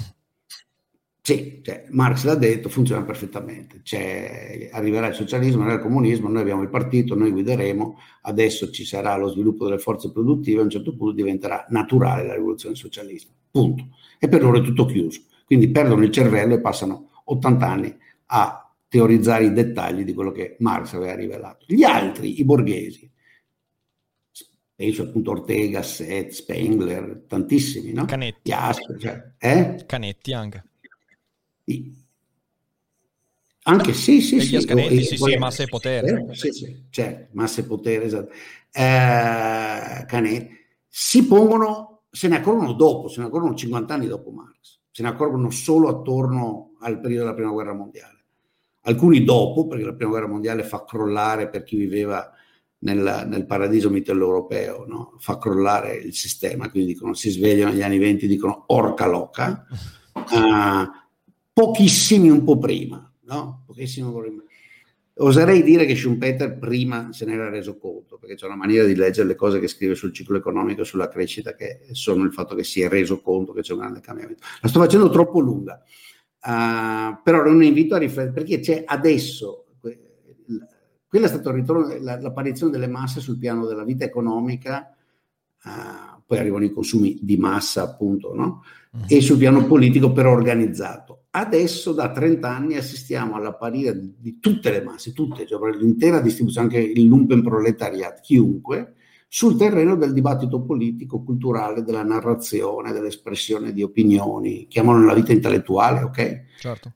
Speaker 4: Sì, cioè, Marx l'ha detto, funziona perfettamente. Arriverà il socialismo, arriverà il comunismo, noi abbiamo il partito, noi guideremo, adesso ci sarà lo sviluppo delle forze produttive, a un certo punto diventerà naturale la rivoluzione socialista. Punto. E per loro è tutto chiuso. Quindi perdono il cervello e passano 80 anni a teorizzare i dettagli di quello che Marx aveva rivelato. Gli altri, i borghesi, penso appunto Ortega, Seth, Spengler, tantissimi, no?
Speaker 3: Canetti.
Speaker 4: Canetti
Speaker 3: anche.
Speaker 4: Anche sì.
Speaker 3: Canetti, sì, massa e potere.
Speaker 4: Sì, certo, massa e potere, esatto. Canetti si pongono, se ne accorgono 50 anni dopo Marx, se ne accorgono solo attorno al periodo della Prima Guerra Mondiale. Alcuni dopo, perché la Prima Guerra Mondiale fa crollare, per chi viveva nel paradiso mitteleuropeo, no? Fa crollare il sistema, quindi si svegliano negli anni 20 e dicono orca loca. Pochissimi un po' prima, no? Oserei dire che Schumpeter prima se ne era reso conto, perché c'è una maniera di leggere le cose che scrive sul ciclo economico e sulla crescita che sono il fatto che si è reso conto che c'è un grande cambiamento. La sto facendo troppo lunga, però è un invito a riflettere, perché c'è adesso, quello è stato il ritorno, l'apparizione delle masse sul piano della vita economica, poi arrivano i consumi di massa appunto, no? E sul piano politico però organizzato. Adesso da 30 anni assistiamo all'apparire di tutte le masse, cioè l'intera distribuzione, anche il lumpenproletariato, chiunque, sul terreno del dibattito politico, culturale, della narrazione, dell'espressione di opinioni, chiamano la vita intellettuale, ok?
Speaker 3: Certo.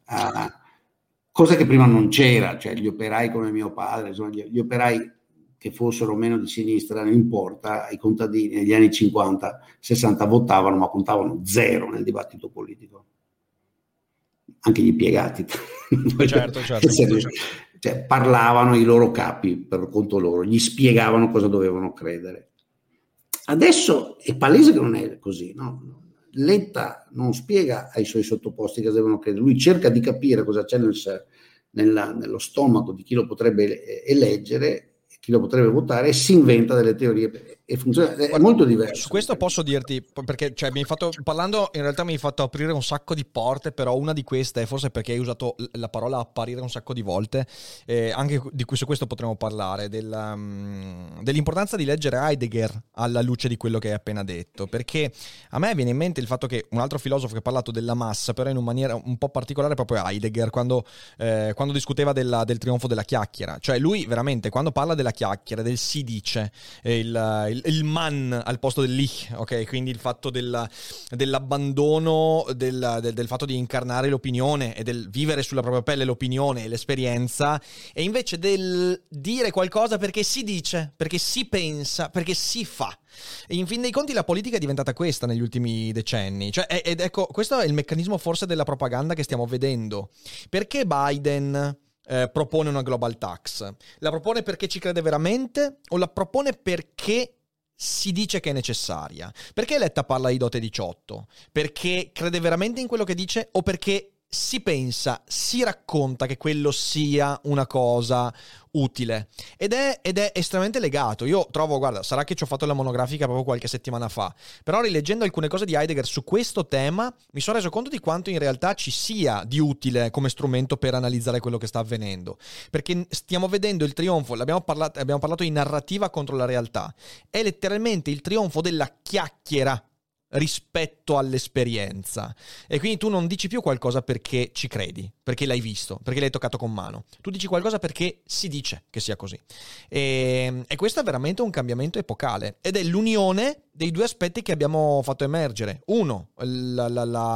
Speaker 4: Cosa che prima non c'era, cioè gli operai come mio padre, insomma, gli operai che fossero meno di sinistra, non importa, i contadini negli anni 50-60 votavano, ma contavano zero nel dibattito politico. Anche gli impiegati.
Speaker 3: Certo.
Speaker 4: Cioè, parlavano i loro capi per conto loro, gli spiegavano cosa dovevano credere. Adesso è palese che non è così, no? Letta non spiega ai suoi sottoposti cosa devono credere, lui cerca di capire cosa c'è nello stomaco di chi lo potrebbe eleggere, chi lo potrebbe votare, e si inventa delle teorie e funziona, è molto diverso.
Speaker 3: Su questo posso dirti, perché cioè, parlando in realtà mi hai fatto aprire un sacco di porte, però una di queste, forse perché hai usato la parola apparire un sacco di volte, anche di cui su questo potremo parlare, dell'importanza di leggere Heidegger alla luce di quello che hai appena detto, perché a me viene in mente il fatto che un altro filosofo che ha parlato della massa, però in una maniera un po' particolare, proprio Heidegger, quando discuteva del trionfo della chiacchiera, cioè lui veramente quando parla della chiacchiera, del si dice, il man al posto dell'ich, ok? Quindi il fatto dell'abbandono del fatto di incarnare l'opinione e del vivere sulla propria pelle l'opinione e l'esperienza, e invece del dire qualcosa perché si dice, perché si pensa, perché si fa. E in fin dei conti la politica è diventata questa negli ultimi decenni, cioè, ed ecco, questo è il meccanismo forse della propaganda che stiamo vedendo. Perché Biden propone una global tax? La propone perché ci crede veramente o la propone perché si dice che è necessaria? Perché Letta parla di dote 18? Perché crede veramente in quello che dice o perché si pensa, si racconta che quello sia una cosa utile? Ed è estremamente legato. Io trovo, guarda, sarà che ci ho fatto la monografica proprio qualche settimana fa, però rileggendo alcune cose di Heidegger su questo tema mi sono reso conto di quanto in realtà ci sia di utile come strumento per analizzare quello che sta avvenendo, perché stiamo vedendo il trionfo, abbiamo parlato di narrativa contro la realtà, è letteralmente il trionfo della chiacchiera rispetto all'esperienza, e quindi tu non dici più qualcosa perché ci credi, perché l'hai visto, perché l'hai toccato con mano, tu dici qualcosa perché si dice che sia così, e questo è veramente un cambiamento epocale, ed è l'unione dei due aspetti che abbiamo fatto emergere. Uno, la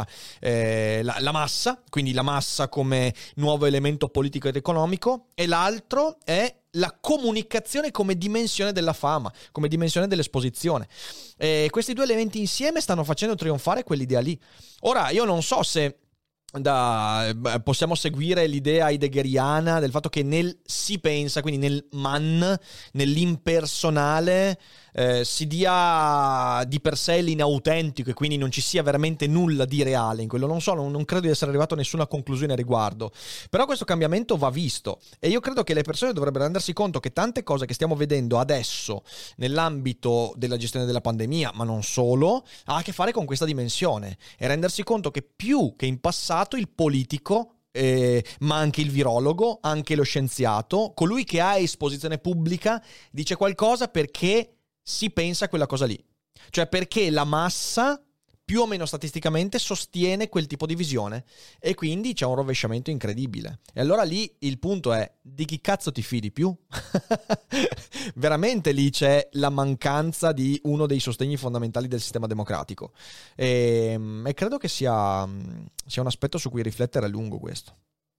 Speaker 3: massa, quindi la massa come nuovo elemento politico ed economico, e l'altro è la comunicazione come dimensione della fama, come dimensione dell'esposizione. Questi due elementi insieme stanno facendo trionfare quell'idea lì. Ora, io non so se possiamo seguire l'idea heideggeriana del fatto che nel si pensa, quindi nel man, nell'impersonale, si dia di per sé l'inautentico e quindi non ci sia veramente nulla di reale in quello. Non so, non credo di essere arrivato a nessuna conclusione a riguardo, però questo cambiamento va visto e io credo che le persone dovrebbero rendersi conto che tante cose che stiamo vedendo adesso nell'ambito della gestione della pandemia, ma non solo, ha a che fare con questa dimensione e rendersi conto che più che in passato il politico, ma anche il virologo, anche lo scienziato, colui che ha esposizione pubblica, dice qualcosa perché si pensa a quella cosa lì. Cioè perché la massa, più o meno statisticamente, sostiene quel tipo di visione. E quindi c'è un rovesciamento incredibile. E allora lì il punto è, di chi cazzo ti fidi più? Veramente lì c'è la mancanza di uno dei sostegni fondamentali del sistema democratico. E credo che sia un aspetto su cui riflettere a lungo questo.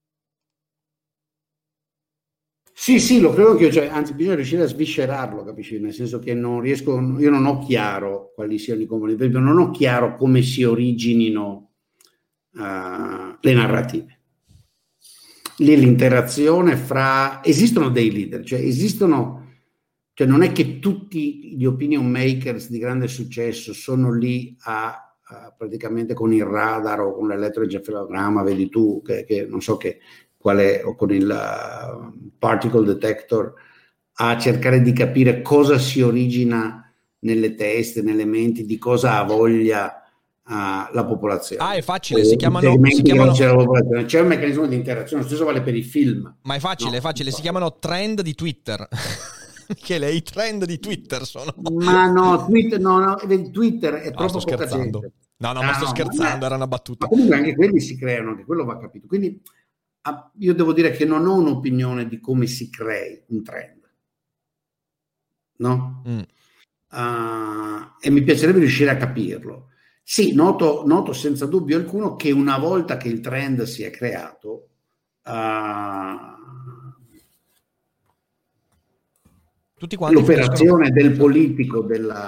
Speaker 4: Sì, lo credo anch'io, cioè, anzi bisogna riuscire a sviscerarlo, capisci? Nel senso che non riesco, io non ho chiaro quali siano i comuni, per esempio non ho chiaro come si originino le narrative. Lì l'interazione esistono dei leader, cioè non è che tutti gli opinion makers di grande successo sono lì praticamente con il radar o con l'elettroencefalogramma, vedi tu, che non so quale, o con il particle detector, a cercare di capire cosa si origina nelle teste, nelle menti, di cosa ha voglia la popolazione.
Speaker 3: È facile, si chiamano...
Speaker 4: C'è un meccanismo di interazione, lo stesso vale per i film.
Speaker 3: Ma è facile, si chiamano trend di Twitter. Che i trend di Twitter sono...
Speaker 4: Ma no, Twitter è troppo poca gente.
Speaker 3: No, ma sto scherzando, era una battuta.
Speaker 4: Ma comunque anche quelli si creano, anche quello va capito. Quindi io devo dire che non ho un'opinione di come si crei un trend, no? E mi piacerebbe riuscire a capirlo. Sì, noto senza dubbio alcuno che una volta che il trend si è creato,
Speaker 3: tutti quanti
Speaker 4: l'operazione del politico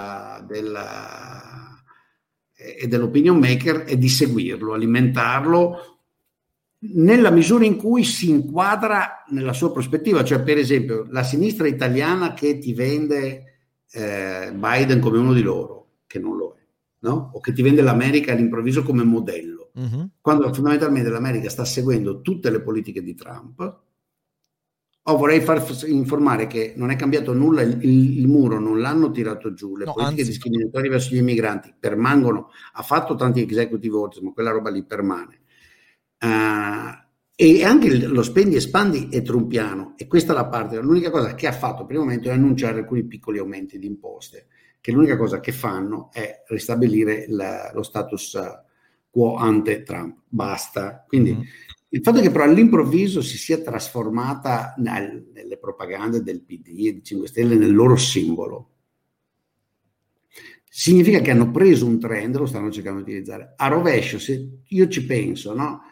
Speaker 4: e dell'opinion maker è di seguirlo, alimentarlo, nella misura in cui si inquadra nella sua prospettiva. Cioè, per esempio, la sinistra italiana che ti vende Biden come uno di loro, che non lo è, no? O che ti vende l'America all'improvviso come modello, quando fondamentalmente l'America sta seguendo tutte le politiche di Trump. Vorrei far informare che non è cambiato nulla, il muro non l'hanno tirato giù, le politiche discriminatorie verso gli immigranti permangono, ha fatto tanti executive orders, ma quella roba lì permane. E anche lo spendi e espandi è trumpiano, e questa è la parte. L'unica cosa che ha fatto per il momento è annunciare alcuni piccoli aumenti di imposte, che l'unica cosa che fanno è ristabilire lo status quo ante Trump, basta. Quindi il fatto che però all'improvviso si sia trasformata nelle propagande del PD e di 5 Stelle nel loro simbolo significa che hanno preso un trend e lo stanno cercando di utilizzare a rovescio. Se io ci penso, no?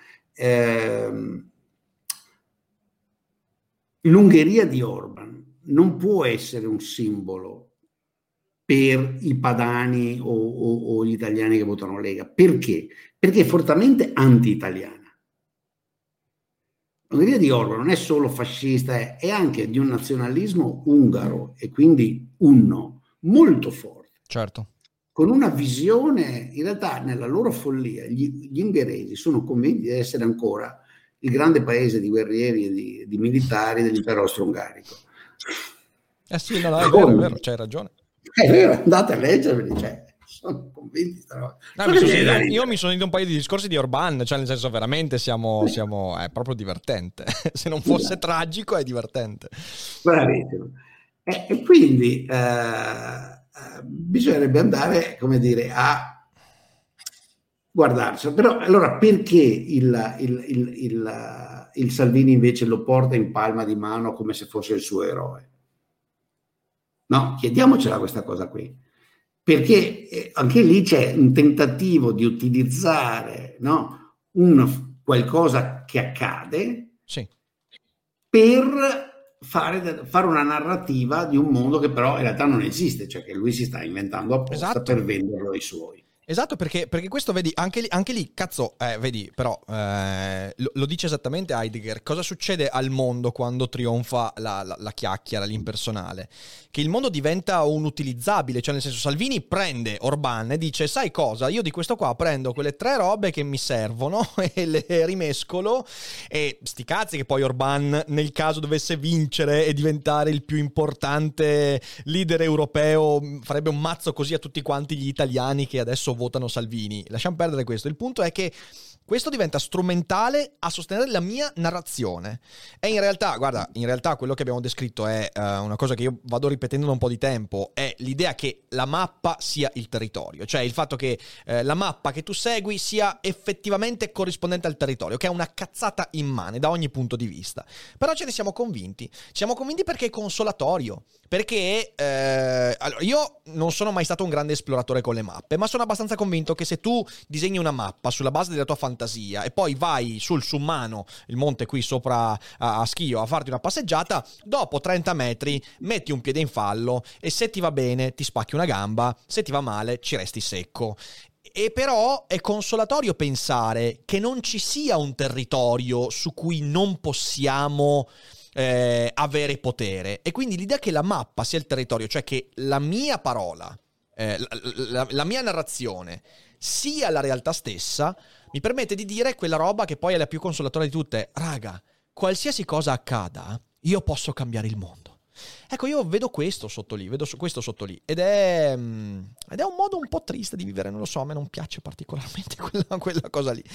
Speaker 4: L'Ungheria di Orban non può essere un simbolo per i padani o gli italiani che votano Lega. Perché? Perché è fortemente anti-italiana. L'Ungheria di Orban non è solo fascista, è anche di un nazionalismo ungaro e quindi molto forte.
Speaker 3: Certo.
Speaker 4: Con una visione, in realtà nella loro follia, gli ungheresi sono convinti di essere ancora il grande paese di guerrieri e di militari dell'impero austro-ungarico.
Speaker 3: Sì, è vero, c'hai ragione.
Speaker 4: È vero, andate a leggerveli, cioè, sono convinti.
Speaker 3: Io mi sono detto un paio di discorsi di Orban, cioè nel senso veramente è proprio divertente. Se non fosse tragico è divertente.
Speaker 4: Bravissimo. E quindi bisognerebbe andare, come dire, a guardarsi. Però allora perché il Salvini invece lo porta in palma di mano come se fosse il suo eroe? No, chiediamocela questa cosa qui, perché anche lì c'è un tentativo di utilizzare, no, qualcosa che accade,
Speaker 3: sì,
Speaker 4: per fare una narrativa di un mondo che però in realtà non esiste, cioè che lui si sta inventando apposta, esatto, per venderlo ai suoi.
Speaker 3: Esatto, perché questo, vedi, anche lì cazzo, vedi, però lo dice esattamente Heidegger. Cosa succede al mondo quando trionfa la chiacchiera, l'impersonale? Che il mondo diventa un utilizzabile, cioè nel senso Salvini prende Orban e dice, sai cosa, io di questo qua prendo quelle 3 robe che mi servono e le rimescolo, e sti cazzi che poi Orban, nel caso dovesse vincere e diventare il più importante leader europeo, farebbe un mazzo così a tutti quanti gli italiani che adesso votano Salvini. Lasciamo perdere questo. Il punto è che questo diventa strumentale a sostenere la mia narrazione. E in realtà, guarda, quello che abbiamo descritto è una cosa che io vado ripetendo da un po' di tempo, è l'idea che la mappa sia il territorio, cioè il fatto che la mappa che tu segui sia effettivamente corrispondente al territorio, che è una cazzata immane da ogni punto di vista. Però ce ne siamo convinti. Siamo convinti perché è consolatorio, perché allora, io non sono mai stato un grande esploratore con le mappe, ma sono abbastanza convinto che se tu disegni una mappa sulla base della tua fantasia e poi vai sul Summano, il monte qui sopra a Schio, a farti una passeggiata, dopo 30 metri metti un piede in fallo e se ti va bene ti spacchi una gamba, se ti va male ci resti secco. E però è consolatorio pensare che non ci sia un territorio su cui non possiamo avere potere, e quindi l'idea che la mappa sia il territorio, cioè che la mia parola, la mia narrazione sia la realtà stessa, mi permette di dire quella roba che poi è la più consolatoria di tutte: raga, qualsiasi cosa accada, io posso cambiare il mondo. Ecco, io vedo questo sotto lì, ed è un modo un po' triste di vivere, non lo so, a me non piace particolarmente quella cosa lì.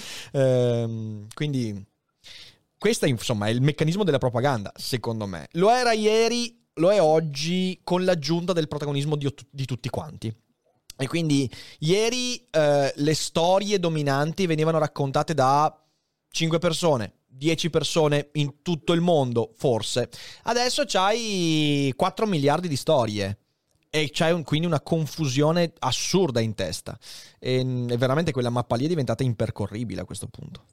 Speaker 3: Quindi questo, insomma, è il meccanismo della propaganda, secondo me. Lo era ieri, lo è oggi, con l'aggiunta del protagonismo di tutti quanti. E quindi ieri le storie dominanti venivano raccontate da 5 persone, 10 persone in tutto il mondo, forse. Adesso c'hai 4 miliardi di storie e c'hai quindi una confusione assurda in testa. E veramente quella mappa lì è diventata impercorribile a questo punto.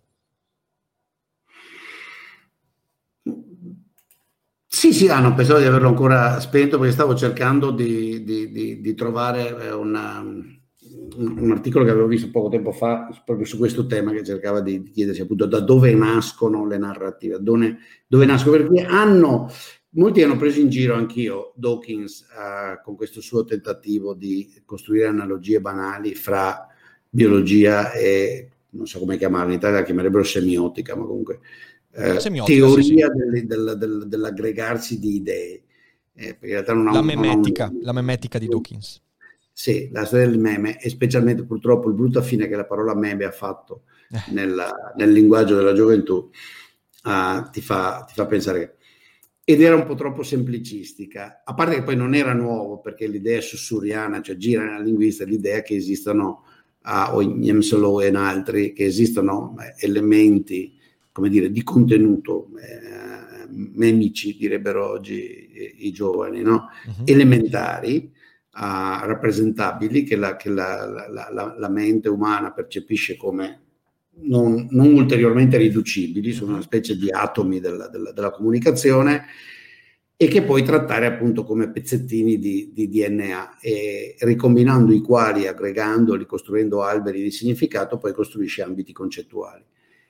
Speaker 4: Sì, non pensavo di averlo ancora spento perché stavo cercando di trovare un articolo che avevo visto poco tempo fa proprio su questo tema, che cercava di chiedersi appunto da dove nascono le narrative, dove nascono, perché molti hanno preso in giro, anch'io, Dawkins, con questo suo tentativo di costruire analogie banali fra biologia e, non so come chiamarla, in Italia la chiamerebbero semiotica, ma comunque teoria sì. Dell'aggregarsi di idee. In realtà
Speaker 3: la memetica di Dawkins.
Speaker 4: Sì, la storia del meme, e specialmente purtroppo il brutto fine che la parola meme ha fatto nel linguaggio della gioventù, ti fa pensare che... Ed era un po' troppo semplicistica, a parte che poi non era nuovo, perché l'idea è sussuriana, cioè gira nella linguista l'idea che esistono, o in Niemsolo e in altri, che esistono elementi, come dire, di contenuto, memici direbbero oggi i giovani, no? Uh-huh. Elementari, rappresentabili, che la mente umana percepisce come non ulteriormente riducibili, sono una specie di atomi della comunicazione, e che puoi trattare appunto come pezzettini di DNA, e ricombinando i quali, aggregandoli, costruendo alberi di significato, poi costruisci ambiti concettuali.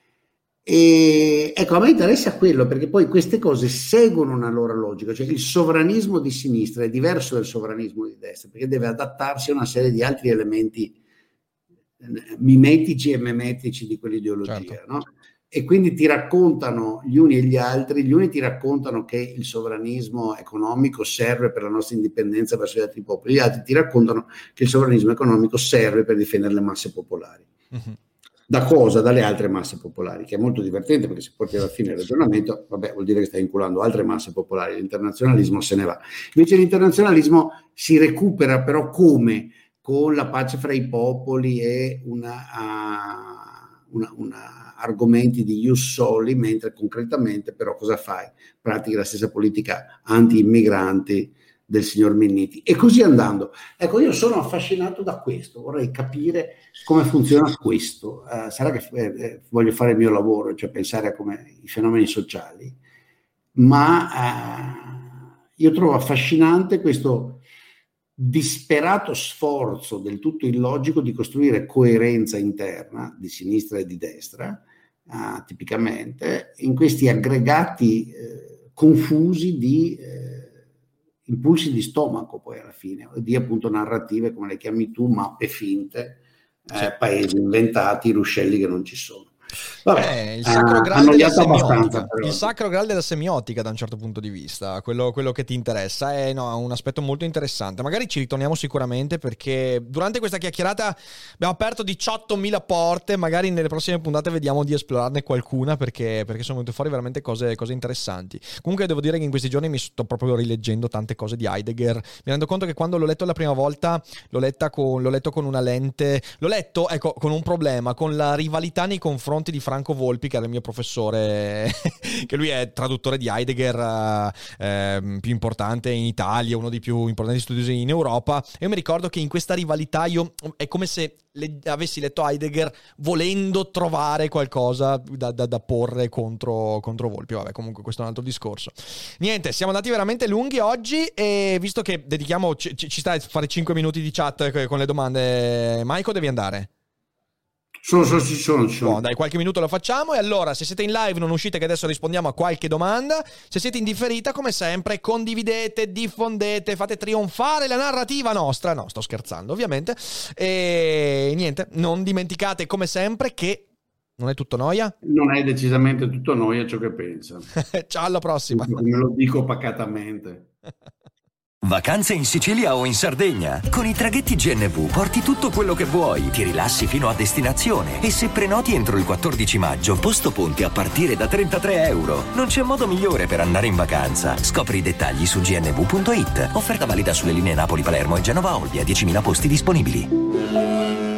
Speaker 4: E ecco, a me interessa quello, perché poi queste cose seguono una loro logica, cioè il sovranismo di sinistra è diverso dal sovranismo di destra, perché deve adattarsi a una serie di altri elementi mimetici e memetici di quell'ideologia, certo. No? E quindi ti raccontano gli uni e gli altri, gli uni ti raccontano che il sovranismo economico serve per la nostra indipendenza verso gli altri popoli, gli altri ti raccontano che il sovranismo economico serve per difendere le masse popolari. Uh-huh. Da cosa? Dalle altre masse popolari, che è molto divertente, perché se porti alla fine il ragionamento, vuol dire che stai inculando altre masse popolari, l'internazionalismo se ne va. Invece l'internazionalismo si recupera, però come? Con la pace fra i popoli e argomenti di ius soli, mentre concretamente però cosa fai? Pratichi la stessa politica anti-immigranti del signor Minniti, e così andando. Ecco, io sono affascinato da questo, vorrei capire come funziona questo. Sarà che voglio fare il mio lavoro, cioè pensare a come i fenomeni sociali, ma io trovo affascinante questo disperato sforzo del tutto illogico di costruire coerenza interna di sinistra e di destra, tipicamente, in questi aggregati confusi di impulsi di stomaco, poi alla fine, di appunto narrative, come le chiami tu, mappe finte, paesi inventati, ruscelli che non ci sono.
Speaker 3: Vabbè, il sacro graal della semiotica, il sacro graal della semiotica da un certo punto di vista, quello che ti interessa è un aspetto molto interessante. Magari ci ritorniamo sicuramente, perché durante questa chiacchierata abbiamo aperto 18.000 porte. Magari nelle prossime puntate vediamo di esplorarne qualcuna, perché sono venute fuori veramente cose interessanti. Comunque devo dire che in questi giorni mi sto proprio rileggendo tante cose di Heidegger. Mi rendo conto che quando l'ho letto la prima volta l'ho letto con una lente, ecco, con un problema, con la rivalità nei confronti di Franco Volpi, che era il mio professore, che lui è traduttore di Heidegger più importante in Italia, uno dei più importanti studiosi in Europa, e io mi ricordo che in questa rivalità è come se avessi letto Heidegger volendo trovare qualcosa da porre contro Volpi. Vabbè, comunque questo è un altro discorso. Niente, siamo andati veramente lunghi oggi, e visto che dedichiamo ci sta a fare 5 minuti di chat con le domande, Maiko, devi andare?
Speaker 4: Ci sono.
Speaker 3: No, dai, qualche minuto lo facciamo. E allora, se siete in live non uscite, che adesso rispondiamo a qualche domanda. Se siete in differita, come sempre, condividete, diffondete, fate trionfare la narrativa nostra. No, sto scherzando, ovviamente. E niente, non dimenticate come sempre che non è tutto noia.
Speaker 4: Non è decisamente tutto noia ciò che pensa.
Speaker 3: Ciao, alla prossima.
Speaker 4: Me lo dico pacatamente.
Speaker 5: Vacanze in Sicilia o in Sardegna? Con i traghetti GNV porti tutto quello che vuoi, ti rilassi fino a destinazione, e se prenoti entro il 14 maggio, posto ponti a partire da €33. Non c'è modo migliore per andare in vacanza. Scopri i dettagli su gnv.it. Offerta valida sulle linee Napoli-Palermo e Genova-Olbia, 10.000 posti disponibili.